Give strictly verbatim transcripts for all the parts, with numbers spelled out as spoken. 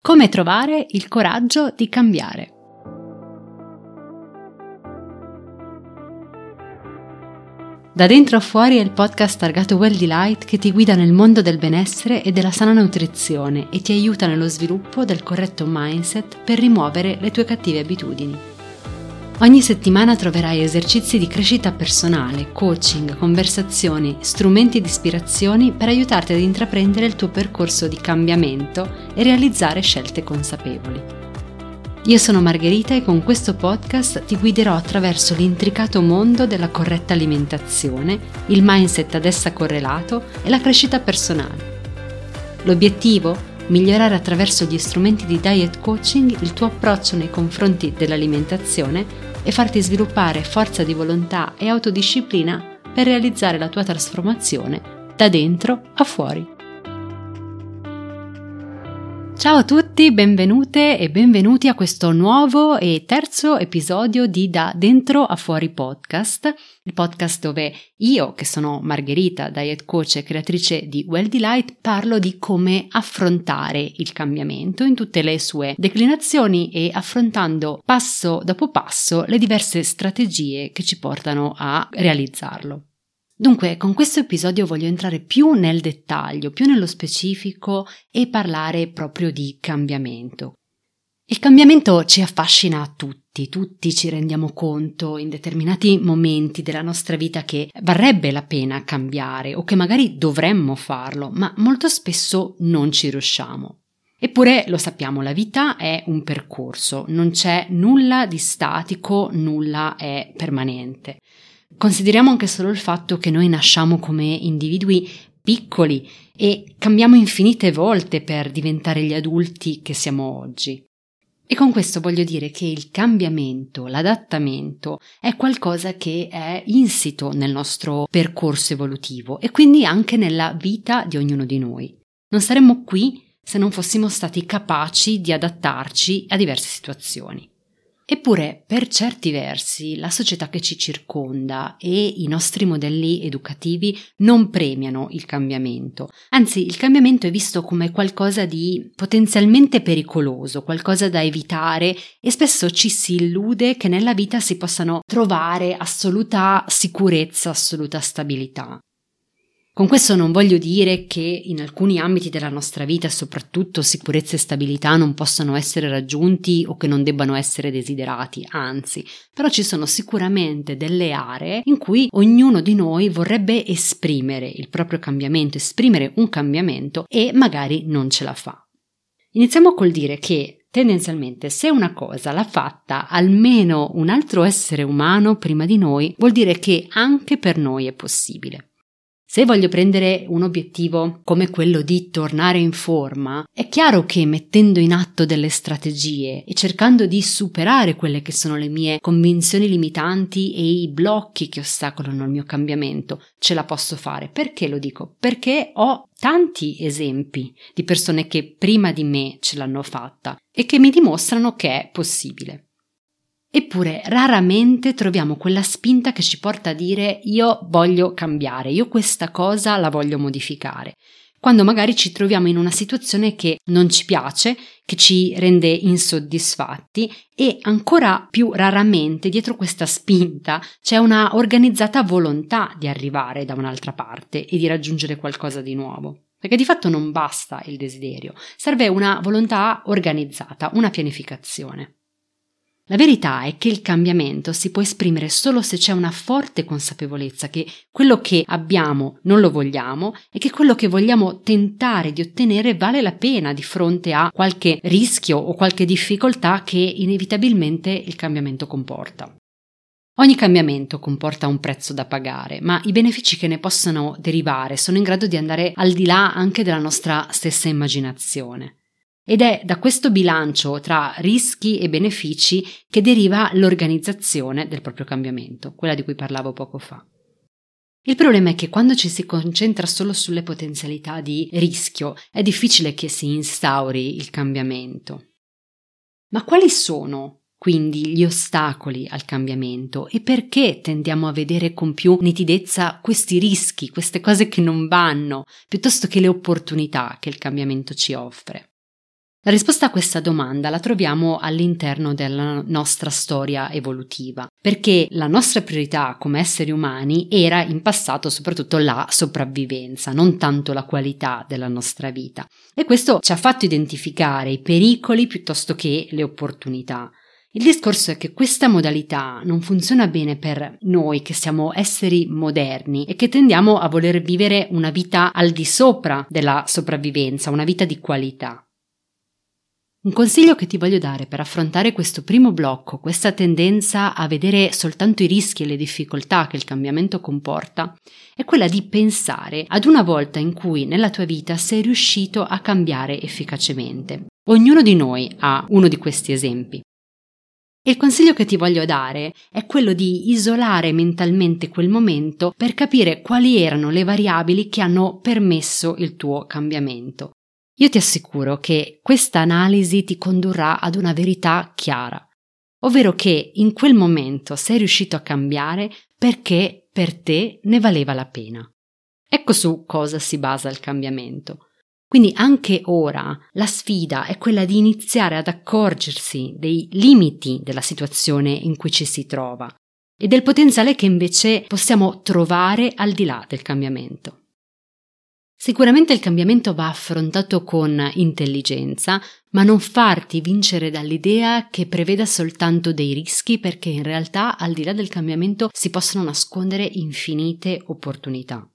Come trovare il coraggio di cambiare. Da dentro a fuori è il podcast targato Well Delight che ti guida nel mondo del benessere e della sana nutrizione e ti aiuta nello sviluppo del corretto mindset per rimuovere le tue cattive abitudini. Ogni settimana troverai esercizi di crescita personale, coaching, conversazioni, strumenti di ispirazione per aiutarti ad intraprendere il tuo percorso di cambiamento e realizzare scelte consapevoli. Io sono Margherita e con questo podcast ti guiderò attraverso l'intricato mondo della corretta alimentazione, il mindset ad essa correlato e la crescita personale. L'obiettivo? Migliorare attraverso gli strumenti di diet coaching il tuo approccio nei confronti dell'alimentazione e farti sviluppare forza di volontà e autodisciplina per realizzare la tua trasformazione da dentro a fuori. Ciao a tutti, benvenute e benvenuti a questo nuovo e terzo episodio di Da Dentro a Fuori podcast, il podcast dove io, che sono Margherita, diet coach e creatrice di Well Delight, parlo di come affrontare il cambiamento in tutte le sue declinazioni e affrontando passo dopo passo le diverse strategie che ci portano a realizzarlo. Dunque, con questo episodio voglio entrare più nel dettaglio, più nello specifico e parlare proprio di cambiamento. Il cambiamento ci affascina a tutti, tutti ci rendiamo conto in determinati momenti della nostra vita che varrebbe la pena cambiare o che magari dovremmo farlo, ma molto spesso non ci riusciamo. Eppure lo sappiamo, la vita è un percorso, non c'è nulla di statico, nulla è permanente. Consideriamo anche solo il fatto che noi nasciamo come individui piccoli e cambiamo infinite volte per diventare gli adulti che siamo oggi. E con questo voglio dire che il cambiamento, l'adattamento è qualcosa che è insito nel nostro percorso evolutivo e quindi anche nella vita di ognuno di noi. Non saremmo qui se non fossimo stati capaci di adattarci a diverse situazioni. Eppure, per certi versi, la società che ci circonda e i nostri modelli educativi non premiano il cambiamento. Anzi, il cambiamento è visto come qualcosa di potenzialmente pericoloso, qualcosa da evitare e spesso ci si illude che nella vita si possano trovare assoluta sicurezza, assoluta stabilità. Con questo non voglio dire che in alcuni ambiti della nostra vita, soprattutto sicurezza e stabilità, non possano essere raggiunti o che non debbano essere desiderati, anzi, però ci sono sicuramente delle aree in cui ognuno di noi vorrebbe esprimere il proprio cambiamento, esprimere un cambiamento e magari non ce la fa. Iniziamo col dire che tendenzialmente se una cosa l'ha fatta almeno un altro essere umano prima di noi, vuol dire che anche per noi è possibile. Se voglio prendere un obiettivo come quello di tornare in forma, è chiaro che mettendo in atto delle strategie e cercando di superare quelle che sono le mie convinzioni limitanti e i blocchi che ostacolano il mio cambiamento, ce la posso fare. Perché lo dico? Perché ho tanti esempi di persone che prima di me ce l'hanno fatta e che mi dimostrano che è possibile. Eppure raramente troviamo quella spinta che ci porta a dire io voglio cambiare, io questa cosa la voglio modificare, quando magari ci troviamo in una situazione che non ci piace, che ci rende insoddisfatti e ancora più raramente dietro questa spinta c'è una organizzata volontà di arrivare da un'altra parte e di raggiungere qualcosa di nuovo. Perché di fatto non basta il desiderio, serve una volontà organizzata, una pianificazione. La verità è che il cambiamento si può esprimere solo se c'è una forte consapevolezza che quello che abbiamo non lo vogliamo e che quello che vogliamo tentare di ottenere vale la pena di fronte a qualche rischio o qualche difficoltà che inevitabilmente il cambiamento comporta. Ogni cambiamento comporta un prezzo da pagare, ma i benefici che ne possono derivare sono in grado di andare al di là anche della nostra stessa immaginazione. Ed è da questo bilancio tra rischi e benefici che deriva l'organizzazione del proprio cambiamento, quella di cui parlavo poco fa. Il problema è che quando ci si concentra solo sulle potenzialità di rischio, è difficile che si instauri il cambiamento. Ma quali sono quindi gli ostacoli al cambiamento e perché tendiamo a vedere con più nitidezza questi rischi, queste cose che non vanno, piuttosto che le opportunità che il cambiamento ci offre? La risposta a questa domanda la troviamo all'interno della nostra storia evolutiva, perché la nostra priorità come esseri umani era in passato soprattutto la sopravvivenza, non tanto la qualità della nostra vita. E questo ci ha fatto identificare i pericoli piuttosto che le opportunità. Il discorso è che questa modalità non funziona bene per noi che siamo esseri moderni e che tendiamo a voler vivere una vita al di sopra della sopravvivenza, una vita di qualità. Un consiglio che ti voglio dare per affrontare questo primo blocco, questa tendenza a vedere soltanto i rischi e le difficoltà che il cambiamento comporta, è quella di pensare ad una volta in cui nella tua vita sei riuscito a cambiare efficacemente. Ognuno di noi ha uno di questi esempi. E il consiglio che ti voglio dare è quello di isolare mentalmente quel momento per capire quali erano le variabili che hanno permesso il tuo cambiamento. Io ti assicuro che questa analisi ti condurrà ad una verità chiara, ovvero che in quel momento sei riuscito a cambiare perché per te ne valeva la pena. Ecco su cosa si basa il cambiamento. Quindi anche ora la sfida è quella di iniziare ad accorgersi dei limiti della situazione in cui ci si trova e del potenziale che invece possiamo trovare al di là del cambiamento. Sicuramente il cambiamento va affrontato con intelligenza, ma non farti vincere dall'idea che preveda soltanto dei rischi, perché in realtà al di là del cambiamento si possono nascondere infinite opportunità.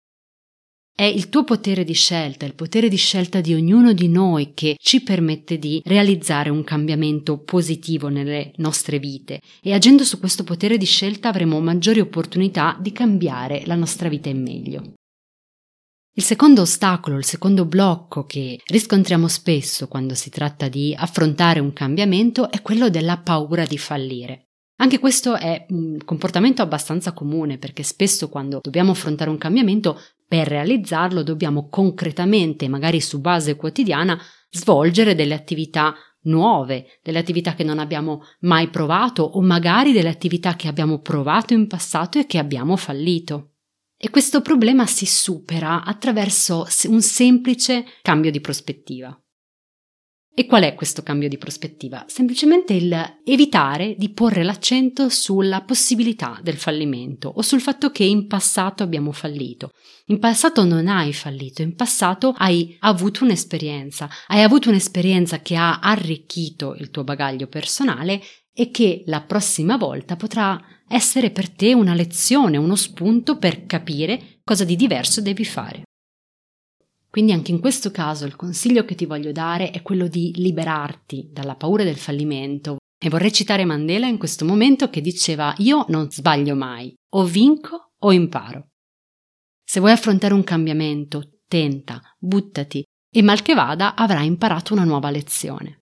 È il tuo potere di scelta, il potere di scelta di ognuno di noi che ci permette di realizzare un cambiamento positivo nelle nostre vite e agendo su questo potere di scelta avremo maggiori opportunità di cambiare la nostra vita in meglio. Il secondo ostacolo, il secondo blocco che riscontriamo spesso quando si tratta di affrontare un cambiamento è quello della paura di fallire. Anche questo è un comportamento abbastanza comune perché spesso quando dobbiamo affrontare un cambiamento, per realizzarlo dobbiamo concretamente, magari su base quotidiana, svolgere delle attività nuove, delle attività che non abbiamo mai provato o magari delle attività che abbiamo provato in passato e che abbiamo fallito. E questo problema si supera attraverso un semplice cambio di prospettiva. E qual è questo cambio di prospettiva? Semplicemente il evitare di porre l'accento sulla possibilità del fallimento o sul fatto che in passato abbiamo fallito. In passato non hai fallito, in passato hai avuto un'esperienza, hai avuto un'esperienza che ha arricchito il tuo bagaglio personale e che la prossima volta potrà essere per te una lezione, uno spunto per capire cosa di diverso devi fare. Quindi anche in questo caso il consiglio che ti voglio dare è quello di liberarti dalla paura del fallimento. E vorrei citare Mandela in questo momento che diceva: io non sbaglio mai, o vinco o imparo. Se vuoi affrontare un cambiamento, tenta, buttati e mal che vada avrai imparato una nuova lezione.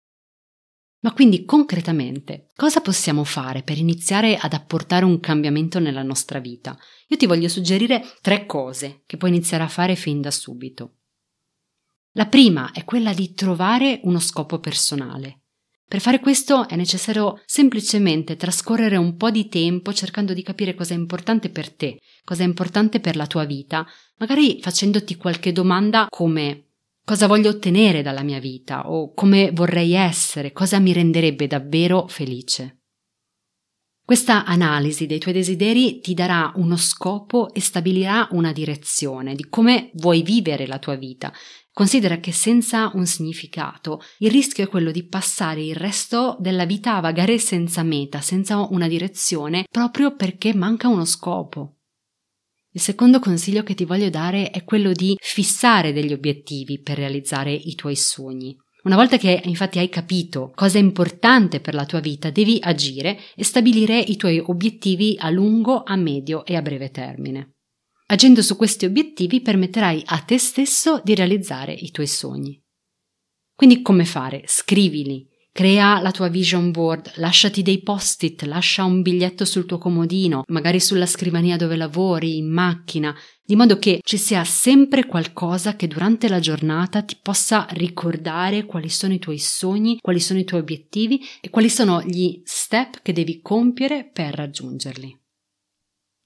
Ma quindi concretamente cosa possiamo fare per iniziare ad apportare un cambiamento nella nostra vita? Io ti voglio suggerire tre cose che puoi iniziare a fare fin da subito. La prima è quella di trovare uno scopo personale. Per fare questo è necessario semplicemente trascorrere un po' di tempo cercando di capire cosa è importante per te, cosa è importante per la tua vita, magari facendoti qualche domanda come: cosa voglio ottenere dalla mia vita? O come vorrei essere? Cosa mi renderebbe davvero felice? Questa analisi dei tuoi desideri ti darà uno scopo e stabilirà una direzione di come vuoi vivere la tua vita. Considera che senza un significato il rischio è quello di passare il resto della vita a vagare senza meta, senza una direzione, proprio perché manca uno scopo. Il secondo consiglio che ti voglio dare è quello di fissare degli obiettivi per realizzare i tuoi sogni. Una volta che infatti hai capito cosa è importante per la tua vita, devi agire e stabilire i tuoi obiettivi a lungo, a medio e a breve termine. Agendo su questi obiettivi permetterai a te stesso di realizzare i tuoi sogni. Quindi come fare? Scrivili. Crea la tua vision board, lasciati dei post-it, lascia un biglietto sul tuo comodino, magari sulla scrivania dove lavori, in macchina, di modo che ci sia sempre qualcosa che durante la giornata ti possa ricordare quali sono i tuoi sogni, quali sono i tuoi obiettivi e quali sono gli step che devi compiere per raggiungerli.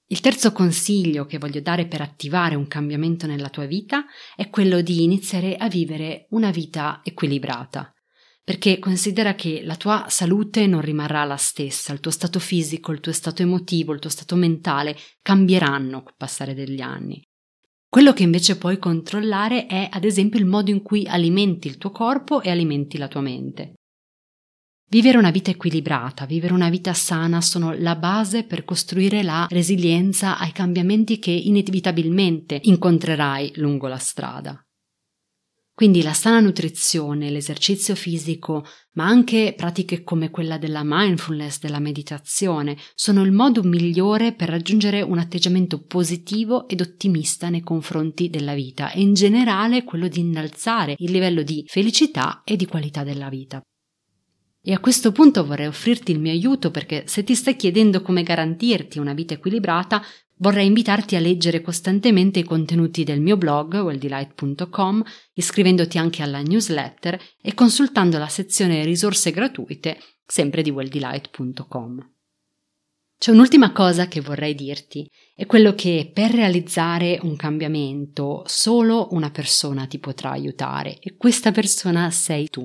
Il terzo consiglio che voglio dare per attivare un cambiamento nella tua vita è quello di iniziare a vivere una vita equilibrata, perché considera che la tua salute non rimarrà la stessa, il tuo stato fisico, il tuo stato emotivo, il tuo stato mentale cambieranno col passare degli anni. Quello che invece puoi controllare è, ad esempio, il modo in cui alimenti il tuo corpo e alimenti la tua mente. Vivere una vita equilibrata, vivere una vita sana sono la base per costruire la resilienza ai cambiamenti che inevitabilmente incontrerai lungo la strada. Quindi la sana nutrizione, l'esercizio fisico, ma anche pratiche come quella della mindfulness, della meditazione, sono il modo migliore per raggiungere un atteggiamento positivo ed ottimista nei confronti della vita e in generale quello di innalzare il livello di felicità e di qualità della vita. E a questo punto vorrei offrirti il mio aiuto perché se ti stai chiedendo come garantirti una vita equilibrata, vorrei invitarti a leggere costantemente i contenuti del mio blog well delight punto com, iscrivendoti anche alla newsletter e consultando la sezione risorse gratuite sempre di well delight punto com. C'è un'ultima cosa che vorrei dirti, è quello che per realizzare un cambiamento solo una persona ti potrà aiutare e questa persona sei tu.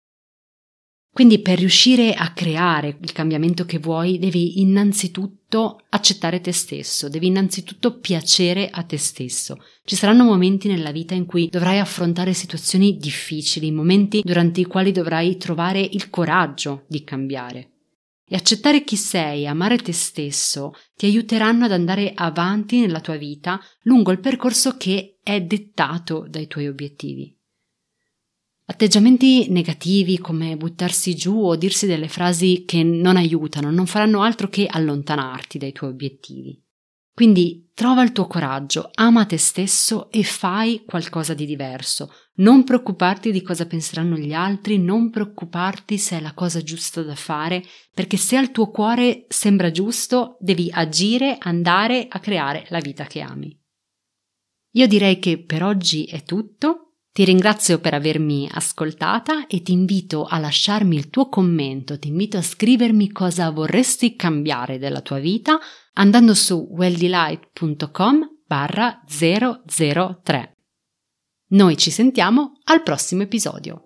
Quindi per riuscire a creare il cambiamento che vuoi devi innanzitutto accettare te stesso, devi innanzitutto piacere a te stesso. Ci saranno momenti nella vita in cui dovrai affrontare situazioni difficili, momenti durante i quali dovrai trovare il coraggio di cambiare. E accettare chi sei, amare te stesso, ti aiuteranno ad andare avanti nella tua vita lungo il percorso che è dettato dai tuoi obiettivi. Atteggiamenti negativi come buttarsi giù o dirsi delle frasi che non aiutano non faranno altro che allontanarti dai tuoi obiettivi. Quindi trova il tuo coraggio, ama te stesso e fai qualcosa di diverso. Non preoccuparti di cosa penseranno gli altri, non preoccuparti se è la cosa giusta da fare, perché se al tuo cuore sembra giusto, devi agire, andare a creare la vita che ami. Io direi che per oggi è tutto. Ti ringrazio per avermi ascoltata e ti invito a lasciarmi il tuo commento, ti invito a scrivermi cosa vorresti cambiare della tua vita andando su well delight punto com barra zero zero tre. Noi ci sentiamo al prossimo episodio.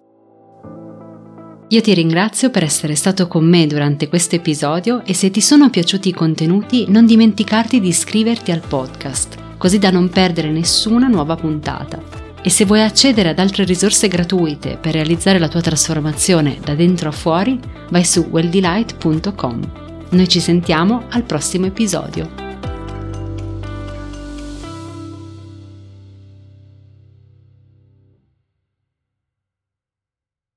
Io ti ringrazio per essere stato con me durante questo episodio e se ti sono piaciuti i contenuti non dimenticarti di iscriverti al podcast, così da non perdere nessuna nuova puntata. E se vuoi accedere ad altre risorse gratuite per realizzare la tua trasformazione da dentro a fuori, vai su well delight punto com. Noi ci sentiamo al prossimo episodio.